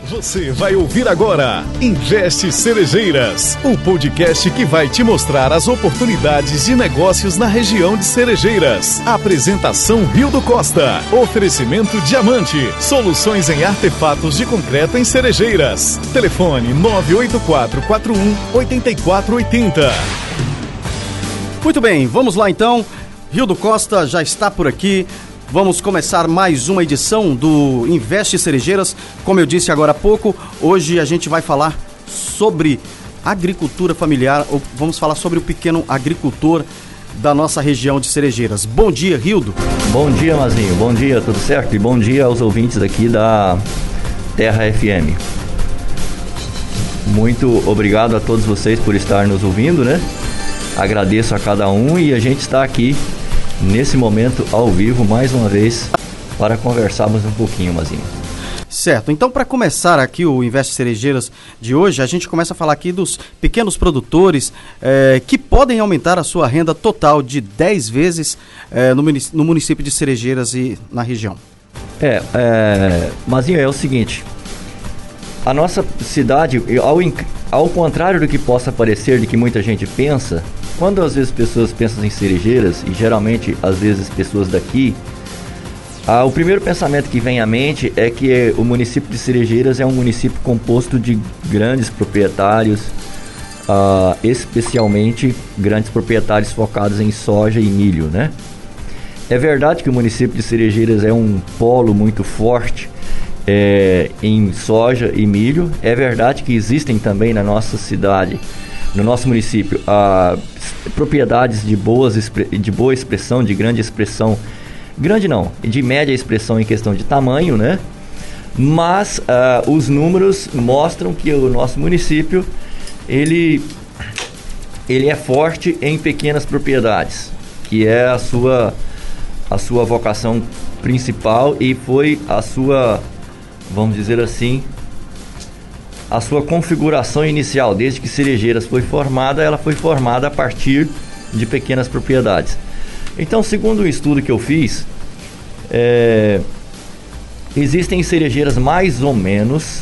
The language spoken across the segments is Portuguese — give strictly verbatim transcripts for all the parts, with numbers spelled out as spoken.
Você vai ouvir agora Investe Cerejeiras, o podcast que vai te mostrar as oportunidades de negócios na região de Cerejeiras. Apresentação Hildo Costa. Oferecimento Diamante. Soluções em artefatos de concreto em Cerejeiras. Telefone nove oito quatro quatro um oito quatro oito zero. Muito bem, vamos lá então. Hildo Costa já está por aqui. Vamos começar mais uma edição do Investe Cerejeiras. Como eu disse agora há pouco, hoje a gente vai falar sobre agricultura familiar, ou vamos falar sobre o pequeno agricultor da nossa região de Cerejeiras. Bom dia, Hildo. Bom dia, Mazinho. Bom dia, tudo certo? E bom dia aos ouvintes aqui da Terra F M. Muito obrigado a todos vocês por estar nos ouvindo, né? Agradeço a cada um e a gente está aqui nesse momento ao vivo mais uma vez para conversarmos um pouquinho, Mazinho. Certo, então para começar aqui o Investe Cerejeiras de hoje, a gente começa a falar aqui dos pequenos produtores eh, que podem aumentar a sua renda total de dez vezes eh, no, munic- no município de Cerejeiras e na região. É, é, Mazinho, é o seguinte, a nossa cidade, ao, ao contrário do que possa parecer, de que muita gente pensa, quando às vezes pessoas pensam em Cerejeiras, e geralmente às vezes pessoas daqui, ah, o primeiro pensamento que vem à mente é que o município de Cerejeiras é um município composto de grandes proprietários, ah, especialmente grandes proprietários focados em soja e milho, né? É verdade que o município de Cerejeiras é um polo muito forte é, em soja e milho. É verdade que existem também na nossa cidade, no nosso município, ah, propriedades de, boas, de boa expressão, de grande expressão, grande não, de média expressão em questão de tamanho, né? Mas ah, os números mostram que o nosso município, ele, ele é forte em pequenas propriedades, que é a sua, a sua vocação principal e foi a sua, vamos dizer assim, a sua configuração inicial. Desde que Cerejeiras foi formada, ela foi formada a partir de pequenas propriedades. Então, segundo um estudo que eu fiz, é, existem em Cerejeiras mais ou menos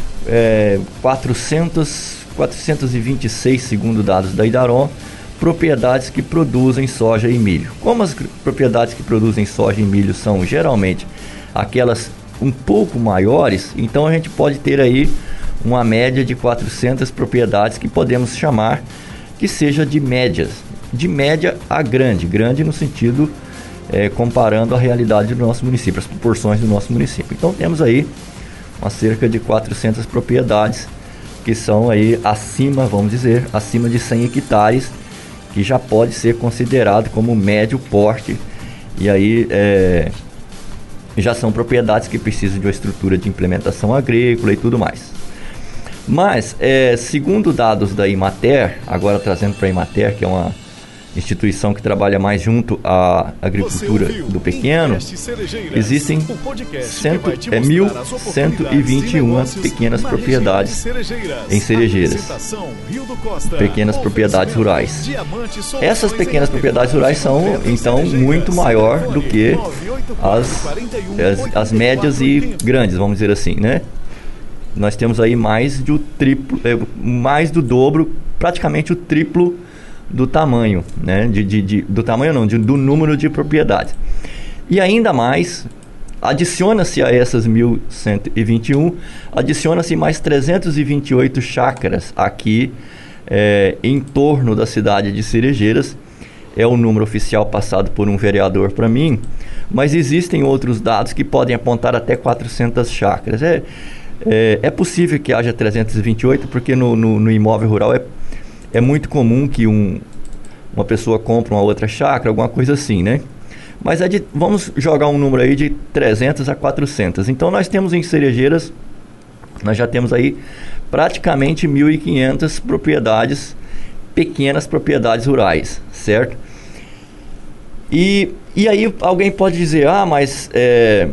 é, quatrocentos, quatrocentos e vinte e seis, segundo dados da Idaron, propriedades que produzem soja e milho. Como as propriedades que produzem soja e milho são geralmente aquelas um pouco maiores, então a gente pode ter aí uma média de quatrocentas propriedades que podemos chamar que seja de médias, de média a grande, grande no sentido é, comparando a realidade do nosso município, as proporções do nosso município. Então temos aí uma cerca de quatrocentas propriedades que são aí acima, vamos dizer, acima de cem hectares, que já pode ser considerado como médio porte, e aí é, já são propriedades que precisam de uma estrutura de implementação agrícola e tudo mais. Mas, é, segundo dados da Imater, agora trazendo para a Imater, que é uma instituição que trabalha mais junto à agricultura do pequeno, existem é, mil cento e vinte e um pequenas propriedades em Cerejeiras, pequenas propriedades rurais. Essas pequenas propriedades rurais são, então, muito maior do que as, as, as médias e grandes, vamos dizer assim, né? Nós temos aí mais do triplo, mais do dobro, praticamente o triplo do tamanho, né? De, de, de, do tamanho não, de, do número de propriedades. E ainda mais, adiciona-se a essas mil cento e vinte e um, adiciona-se mais trezentas e vinte e oito chácaras aqui é, em torno da cidade de Cerejeiras. É o número oficial passado por um vereador para mim, mas existem outros dados que podem apontar até quatrocentas chácaras. É, É, é possível que haja trezentas e vinte e oito, porque no, no, no imóvel rural é, é muito comum que um, uma pessoa compre uma outra chácara, alguma coisa assim, né? Mas é de, vamos jogar um número aí de trezentas a quatrocentas. Então nós temos em Cerejeiras, nós já temos aí praticamente mil e quinhentas propriedades, pequenas propriedades rurais, certo? E, e aí alguém pode dizer, ah, mas... É,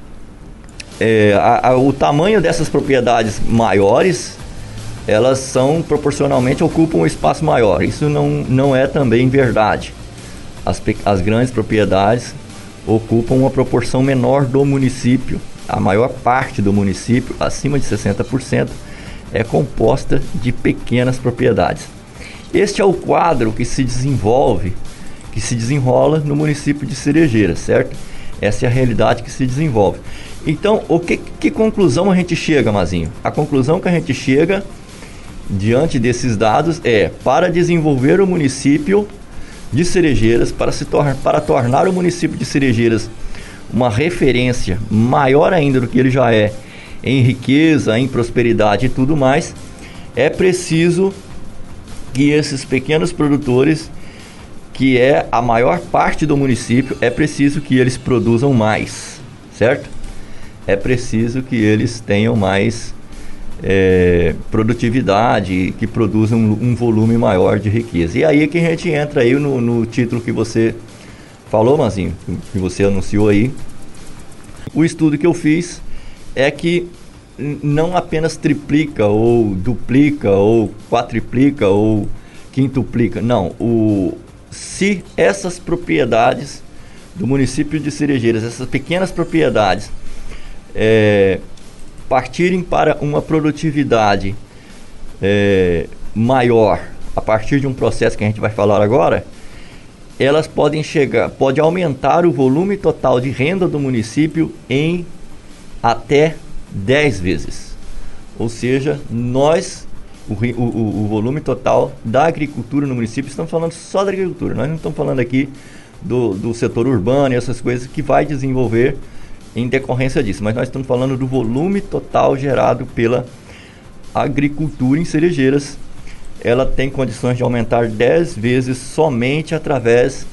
É, a, a, o tamanho dessas propriedades maiores, elas são proporcionalmente, ocupam um espaço maior. Isso não, não é também verdade. As, as grandes propriedades ocupam uma proporção menor do município. a maior parte do município, acima de sessenta por cento, é composta de pequenas propriedades. Este é o quadro que se desenvolve, que se desenrola no município de Cerejeiras, certo? Essa é a realidade que se desenvolve. Então, o que, que conclusão a gente chega, Mazinho? A conclusão que a gente chega diante desses dados é: para desenvolver o município de Cerejeiras, para, se tor- para tornar o município de Cerejeiras uma referência maior ainda do que ele já é, em riqueza, em prosperidade e tudo mais, é preciso que esses pequenos produtores, que é a maior parte do município, é preciso que eles produzam mais, certo? É preciso que eles tenham mais é, produtividade, que produzam um, um volume maior de riqueza. E aí é que a gente entra aí no, no título que você falou, Mazinho, que você anunciou aí. O estudo que eu fiz é que não apenas triplica ou duplica ou quadriplica ou quintuplica, não, o, se essas propriedades do município de Cerejeiras, essas pequenas propriedades é, partirem para uma produtividade é, maior a partir de um processo que a gente vai falar agora, elas podem chegar, pode aumentar o volume total de renda do município em até dez vezes. Ou seja, nós, o, o, o volume total da agricultura no município, estamos falando só da agricultura, nós não estamos falando aqui do, do setor urbano e essas coisas que vai desenvolver em decorrência disso, mas nós estamos falando do volume total gerado pela agricultura em Cerejeiras. Ela tem condições de aumentar dez vezes somente através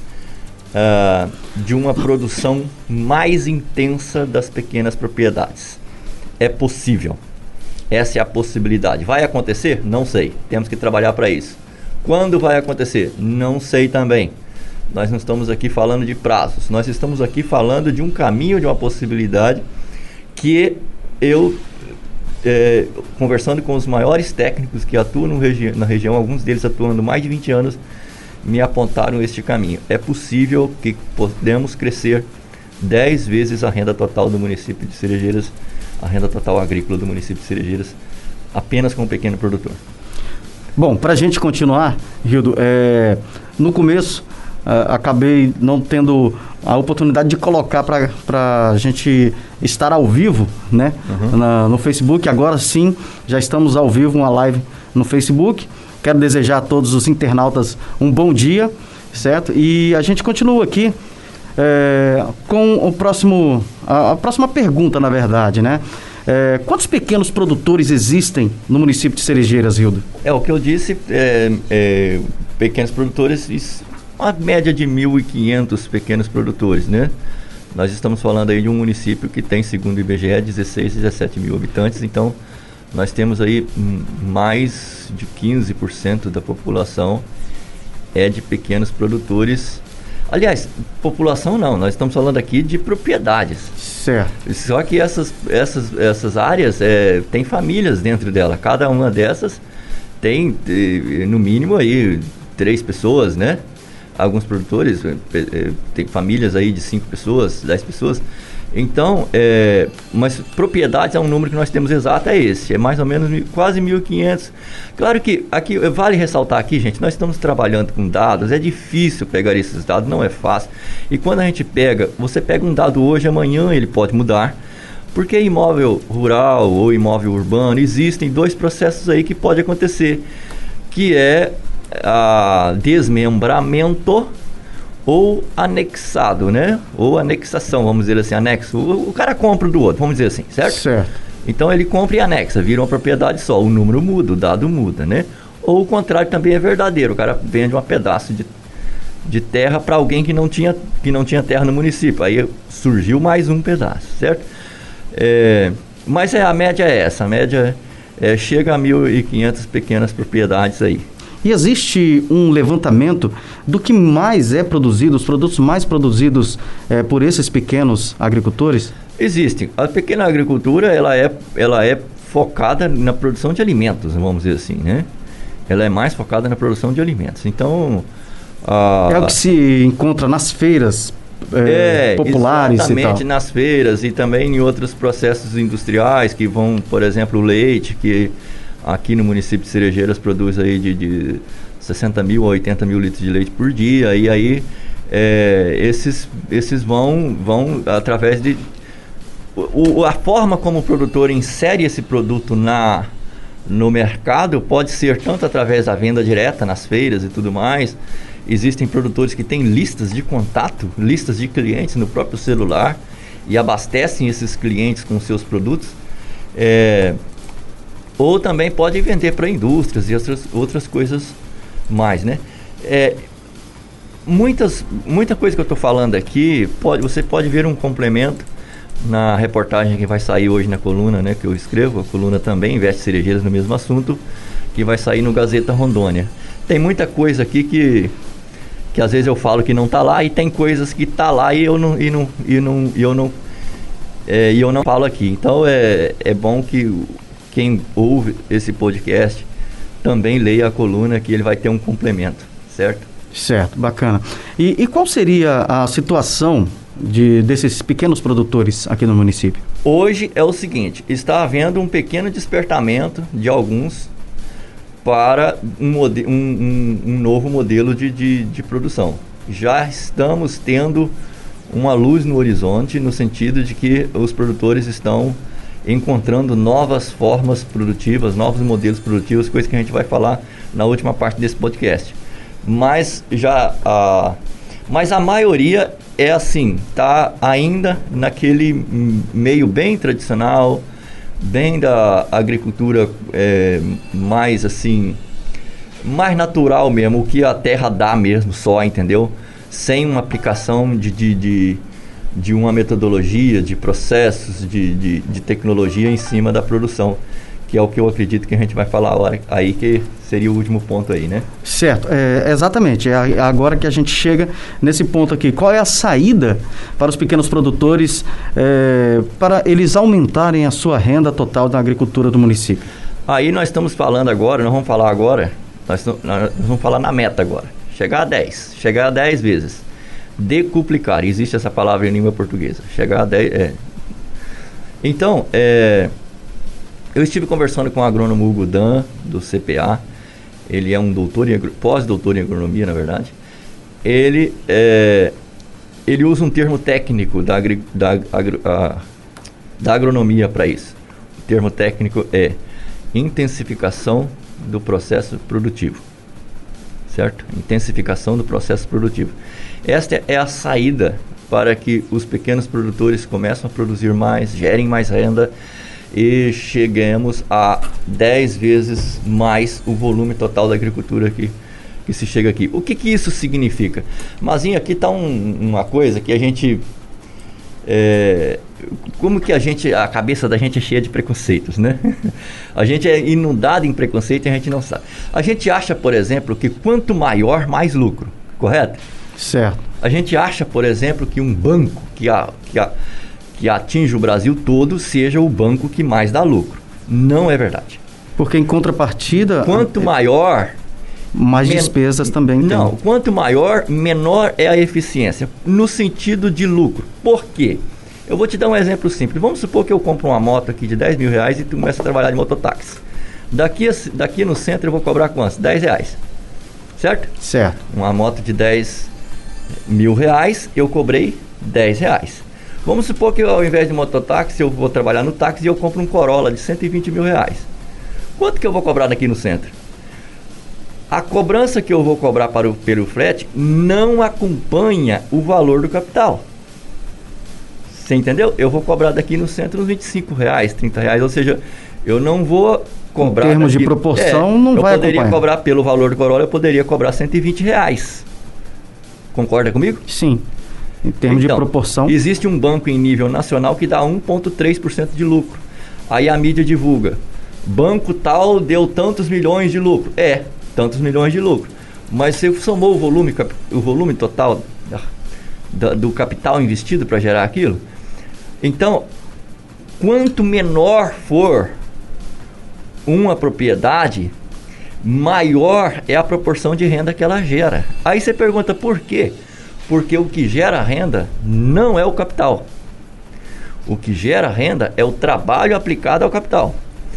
uh, de uma produção mais intensa das pequenas propriedades. É possível. Essa é a possibilidade. Vai acontecer? Não sei. Temos que trabalhar para isso. Quando vai acontecer? Não sei também. Nós não estamos aqui falando de prazos. Nós estamos aqui falando de um caminho, de uma possibilidade que eu... É, conversando com os maiores técnicos que atuam no regi- na região, alguns deles atuando mais de vinte anos, me apontaram este caminho. É possível que podemos crescer dez vezes a renda total do município de Cerejeiras, a renda total agrícola do município de Cerejeiras, apenas com um pequeno produtor. Bom, para a gente continuar, Rildo, é, no começo uh, acabei não tendo a oportunidade de colocar para a gente estar ao vivo, né? Uhum. Na, no Facebook. Agora sim, já estamos ao vivo, uma live no Facebook. Quero desejar a todos os internautas um bom dia, certo? E a gente continua aqui é, com o próximo, a, a próxima pergunta, na verdade, né? É, quantos pequenos produtores existem no município de Cerejeiras, Rildo? É, o que eu disse, é, é, pequenos produtores, isso, uma média de mil e quinhentos pequenos produtores, né? Nós estamos falando aí de um município que tem, segundo o I B G E, dezesseis, dezessete mil habitantes, então nós temos aí mais de quinze por cento da população é de pequenos produtores. Aliás, população não, nós estamos falando aqui de propriedades. Certo. Só que essas, essas, essas áreas é, tem famílias dentro dela, cada uma dessas tem, no mínimo, aí três pessoas, né? Alguns produtores, tem famílias aí de cinco pessoas, dez pessoas. Então, é, mas propriedades é um número que nós temos exato, é esse. É mais ou menos mil, quase mil e quinhentos. Claro que, aqui, vale ressaltar aqui, gente, nós estamos trabalhando com dados, é difícil pegar esses dados, não é fácil. E quando a gente pega, você pega um dado hoje, amanhã ele pode mudar. Porque imóvel rural ou imóvel urbano, existem dois processos aí que pode acontecer, que é a desmembramento ou anexado, né? Ou anexação, vamos dizer assim, anexo. O, o cara compra do outro, vamos dizer assim, certo? Certo. Então ele compra e anexa, vira uma propriedade só, o número muda, o dado muda, né? Ou o contrário também é verdadeiro, o cara vende um pedaço de, de terra para alguém que não, tinha, que não tinha terra no município, aí surgiu mais um pedaço, certo? É, mas é, a média é essa, a média é, chega a mil e quinhentas pequenas propriedades aí. E existe um levantamento do que mais é produzido, os produtos mais produzidos é, por esses pequenos agricultores? Existe. A pequena agricultura, ela é, ela é focada na produção de alimentos, vamos dizer assim, né? Ela é mais focada na produção de alimentos. Então... A... É o que se encontra nas feiras é, é, populares e tal. Exatamente, nas feiras e também em outros processos industriais que vão, por exemplo, o leite, que aqui no município de Cerejeiras produz aí de, de sessenta mil a oitenta mil litros de leite por dia, e aí é, esses, esses vão, vão através de... O, a forma como o produtor insere esse produto na, no mercado pode ser tanto através da venda direta nas feiras e tudo mais. Existem produtores que têm listas de contato, listas de clientes no próprio celular e abastecem esses clientes com seus produtos. É, ou também pode vender para indústrias e outras, outras coisas mais, né? É, muitas, muita coisa que eu estou falando aqui, pode, você pode ver um complemento na reportagem que vai sair hoje na coluna, né, que eu escrevo. A coluna também Investe Cerejeiras no mesmo assunto, que vai sair no Gazeta Rondônia. Tem muita coisa aqui que, que às vezes eu falo que não está lá, e tem coisas que está lá e eu não, e não, e não, e eu não, é, e eu não falo aqui. Então é, é bom que quem ouve esse podcast também leia a coluna, que ele vai ter um complemento, certo? Certo, bacana. E, e qual seria a situação de, desses pequenos produtores aqui no município? Hoje é o seguinte, está havendo um pequeno despertamento de alguns para um, mode, um, um, um novo modelo de, de, de produção. Já estamos tendo uma luz no horizonte, no sentido de que os produtores estão encontrando novas formas produtivas, novos modelos produtivos, coisa que a gente vai falar na última parte desse podcast. Mas já a, mas a maioria é assim, tá ainda naquele meio bem tradicional, bem da agricultura é, mais assim, mais natural mesmo, o que a terra dá mesmo só, entendeu? Sem uma aplicação de, de, de, de uma metodologia, de processos, de, de, de tecnologia em cima da produção, que é o que eu acredito que a gente vai falar agora, aí, que seria o último ponto aí, né? Certo, é, exatamente, é agora que a gente chega nesse ponto aqui. Qual é a saída para os pequenos produtores, é, para eles aumentarem a sua renda total da agricultura do município? Aí nós estamos falando agora, nós vamos falar agora, nós, nós vamos falar na meta agora, chegar a dez, chegar a dez vezes, decuplicar, existe essa palavra em língua portuguesa, chegar a dez, é. Então, é... eu estive conversando com o agrônomo Hugo Dan, do C P A. Ele é um doutor em, pós-doutor em agronomia, na verdade. Ele, é, ele usa um termo técnico da, agri, da, agro, a, da agronomia para isso. O termo técnico é intensificação do processo produtivo. Certo? Intensificação do processo produtivo. Esta é a saída para que os pequenos produtores comecem a produzir mais, gerem mais renda, e chegamos a dez vezes mais o volume total da agricultura que, que se chega aqui. O que, que isso significa? Mazinho, aqui está um, uma coisa que a gente... É, como que a gente... A cabeça da gente é cheia de preconceitos, né? A gente é inundado em preconceito e a gente não sabe. A gente acha, por exemplo, que quanto maior, mais lucro. Correto? Certo. A gente acha, por exemplo, que um banco que a... Que a que atinge o Brasil todo, seja o banco que mais dá lucro. Não é verdade. Porque em contrapartida... Quanto maior... Mais men... despesas também tem. Não, quanto maior, menor é a eficiência, no sentido de lucro. Por quê? Eu vou te dar um exemplo simples. Vamos supor que eu compro uma moto aqui de dez mil reais e tu começa a trabalhar de mototáxi. Daqui, a, daqui no centro eu vou cobrar quantos? dez reais. Certo? Certo. Uma moto de dez mil reais, eu cobrei dez reais. Vamos supor que eu, ao invés de mototáxi, eu vou trabalhar no táxi e eu compro um Corolla de cento e vinte mil reais. Quanto que eu vou cobrar daqui no centro? A cobrança que eu vou cobrar para o, pelo frete não acompanha o valor do capital. Você entendeu? Eu vou cobrar daqui no centro uns vinte e cinco reais, trinta reais, ou seja, eu não vou cobrar... Em termos daqui, de proporção, é, não vai acompanhar. Eu poderia cobrar pelo valor do Corolla, eu poderia cobrar cento e vinte reais. Concorda comigo? Sim. Em termos então, de proporção... existe um banco em nível nacional que dá um vírgula três por cento de lucro. Aí a mídia divulga. Banco tal deu tantos milhões de lucro. É, tantos milhões de lucro. Mas você somou o volume, o volume total da, do capital investido para gerar aquilo? Então, quanto menor for uma propriedade, maior é a proporção de renda que ela gera. Aí você pergunta por quê? Porque o que gera renda não é o capital. O que gera renda é o trabalho aplicado ao capital.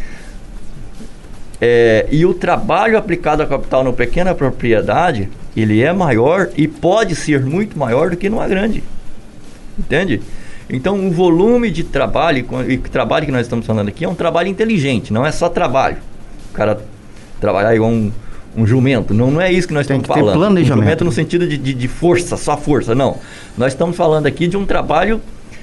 É, e o trabalho aplicado ao capital na pequena propriedade, ele é maior e pode ser muito maior do que numa grande. Entende? Então, o volume de trabalho, e o trabalho que nós estamos falando aqui é um trabalho inteligente, não é só trabalho. O cara trabalhar igual um, um jumento, não, não é isso que nós Tem estamos que ter falando. planejamento. Um jumento no sentido de, de, de força, só força, não. Nós estamos falando aqui de um trabalho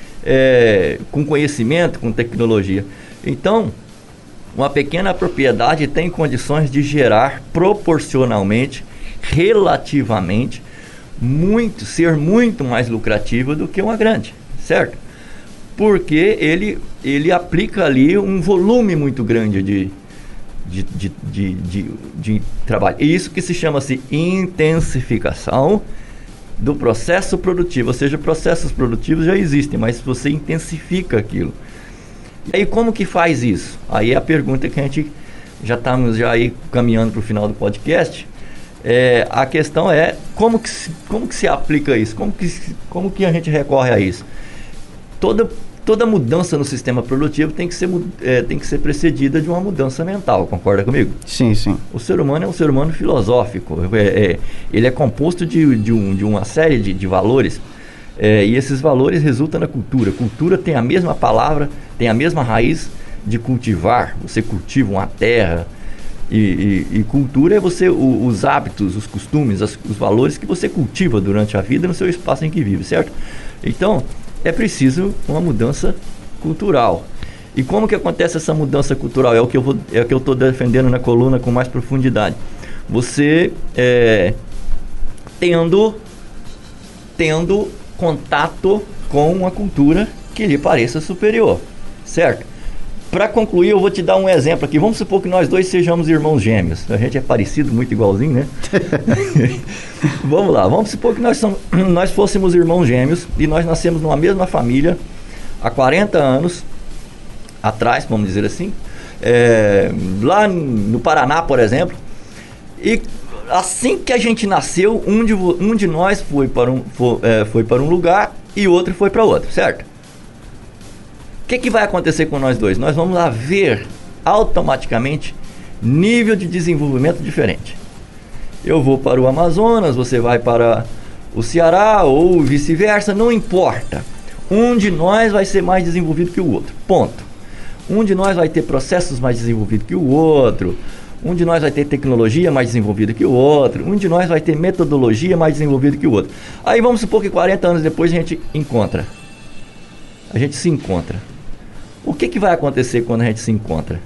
é, com conhecimento, com tecnologia. Então, uma pequena propriedade tem condições de gerar proporcionalmente, relativamente, muito, ser muito mais lucrativa do que uma grande, certo? Porque ele, ele aplica ali um volume muito grande de, de, de, de, de, de trabalho. E isso que se chama-se intensificação do processo produtivo. Ou seja, processos produtivos já existem, mas você intensifica aquilo. E aí como que faz isso? Aí é a pergunta que a gente já estamos já aí caminhando para o final do podcast. É, a questão é como que, se, como que se aplica isso? Como que, como que a gente recorre a isso? Toda, toda mudança no sistema produtivo tem que, ser, é, tem que ser precedida de uma mudança mental, concorda comigo? Sim, sim. O ser humano é um ser humano filosófico. É, é, ele é composto de, de, um, de uma série de, de valores. É, e esses valores resultam na cultura. Cultura tem a mesma palavra, tem a mesma raiz de cultivar. Você cultiva uma terra. E, e, e cultura é você, o, os hábitos, os costumes, as, os valores que você cultiva durante a vida no seu espaço em que vive, certo? Então, é preciso uma mudança cultural. E como que acontece essa mudança cultural? É o que eu vou, é o que eu estou defendendo na coluna com mais profundidade. Você é, tendo, tendo contato com uma cultura que lhe pareça superior, certo? Para concluir, eu vou te dar um exemplo aqui. Vamos supor que nós dois sejamos irmãos gêmeos. A gente é parecido, muito igualzinho, né? Vamos lá. Vamos supor que nós, somos, nós fôssemos irmãos gêmeos e nós nascemos numa mesma família há quarenta anos atrás, vamos dizer assim. É, lá no Paraná, por exemplo. E assim que a gente nasceu, um de, um de nós foi para um, foi, é, foi para um lugar e o outro foi para outro, certo? O que, que vai acontecer com nós dois? Nós vamos haver automaticamente nível de desenvolvimento diferente. Eu vou para o Amazonas, você vai para o Ceará ou vice-versa, não importa. Um de nós vai ser mais desenvolvido que o outro, ponto. Um de nós vai ter processos mais desenvolvidos que o outro. Um de nós vai ter tecnologia mais desenvolvida que o outro. Um de nós vai ter metodologia mais desenvolvida que o outro. Aí vamos supor que quarenta anos depois a gente encontra. A gente se encontra. O que, que vai acontecer quando a gente se encontra?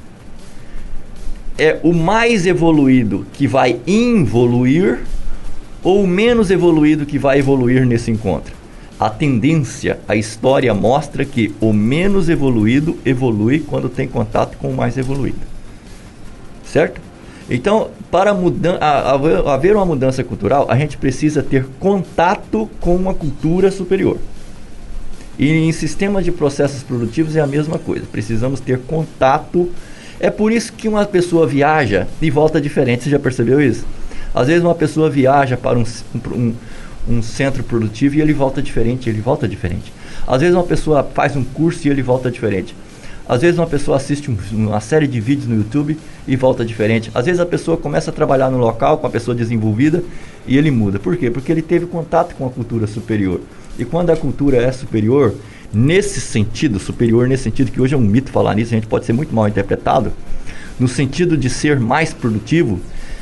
É o mais evoluído que vai involuir ou o menos evoluído que vai evoluir nesse encontro? A tendência, a história mostra que o menos evoluído evolui quando tem contato com o mais evoluído. Certo? Então, para mudan- a, a, haver uma mudança cultural, a gente precisa ter contato com uma cultura superior. E em sistemas de processos produtivos é a mesma coisa. Precisamos ter contato. É por isso que uma pessoa viaja e volta diferente. Você já percebeu isso? Às vezes uma pessoa viaja para um, um, um centro produtivo e ele volta diferente, ele volta diferente. Às vezes uma pessoa faz um curso e ele volta diferente. Às vezes uma pessoa assiste um, uma série de vídeos no YouTube e volta diferente. Às vezes a pessoa começa a trabalhar no local com a pessoa desenvolvida e ele muda. Por quê? Porque ele teve contato com a cultura superior. E quando a cultura é superior, nesse sentido, superior nesse sentido, que hoje é um mito falar nisso, a gente pode ser muito mal interpretado, no sentido de ser mais produtivo,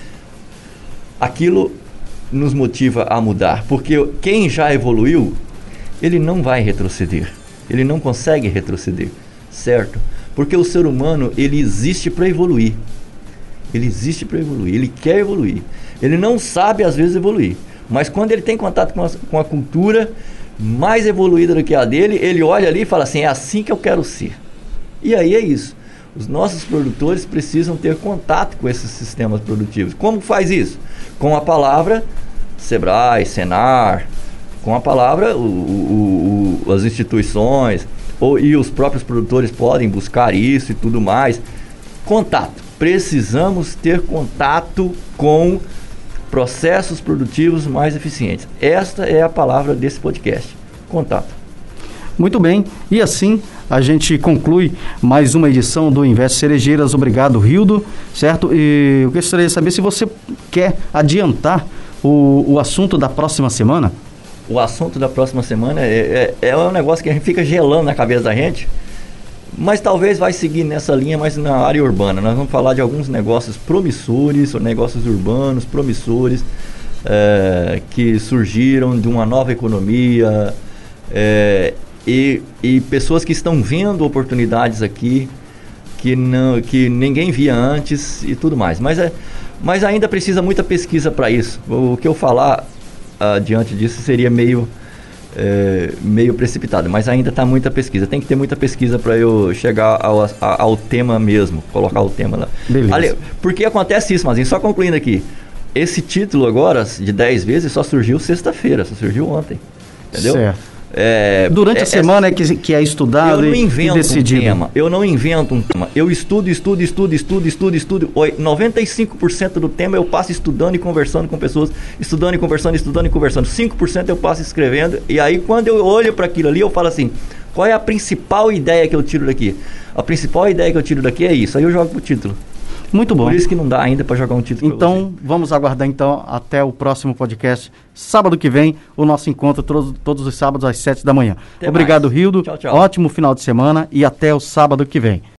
aquilo nos motiva a mudar. Porque quem já evoluiu, ele não vai retroceder. Ele não consegue retroceder, certo? Porque o ser humano, ele existe para evoluir. Ele existe para evoluir, ele quer evoluir. Ele não sabe, às vezes, evoluir. Mas quando ele tem contato com a, com a cultura mais evoluída do que a dele, ele olha ali e fala assim, é assim que eu quero ser. E aí é isso. Os nossos produtores precisam ter contato com esses sistemas produtivos. Como faz isso? Com a palavra Sebrae, Senar, com a palavra o, o, o, as instituições, ou, e os próprios produtores podem buscar isso e tudo mais. Contato. Precisamos ter contato com processos produtivos mais eficientes. Esta é a palavra desse podcast. Contato. Muito bem, e assim a gente conclui mais uma edição do Invest Cerejeiras. Obrigado, Rildo, certo? E eu gostaria de saber se você quer adiantar o, o assunto da próxima semana. O assunto da próxima semana é, é, é um negócio que a gente fica gelando na cabeça da gente, mas talvez vai seguir nessa linha, mas na área urbana. Nós vamos falar de alguns negócios promissores, negócios urbanos promissores, é, que surgiram de uma nova economia, é, e, e pessoas que estão vendo oportunidades aqui que, não, que ninguém via antes e tudo mais. Mas, é, mas ainda precisa muita pesquisa para isso. O que eu falar uh, diante disso seria meio, é, meio precipitado, mas ainda está muita pesquisa. Tem que ter muita pesquisa para eu chegar ao, a, ao tema mesmo, colocar o tema lá. Beleza. Ali, porque acontece isso, mas só concluindo aqui, esse título agora, de dez vezes, só surgiu sexta-feira, só surgiu ontem. Entendeu? Certo. É, Durante é, a semana é que, que é estudado eu não e, invento e decidido. Um tema, eu não invento um tema. Eu estudo, estudo, estudo, estudo, estudo, estudo. noventa e cinco por cento do tema eu passo estudando e conversando com pessoas, estudando e conversando, estudando e conversando. cinco por cento eu passo escrevendo. E aí, quando eu olho para aquilo ali, eu falo assim: qual é a principal ideia que eu tiro daqui? A principal ideia que eu tiro daqui é isso. Aí eu jogo pro título. Muito bom. Por isso que não dá ainda para jogar um título. Então, vamos aguardar então até o próximo podcast. Sábado que vem, o nosso encontro todos, todos os sábados às sete da manhã. Até Obrigado, mais. Rildo. Tchau, tchau. Ótimo final de semana e até o sábado que vem.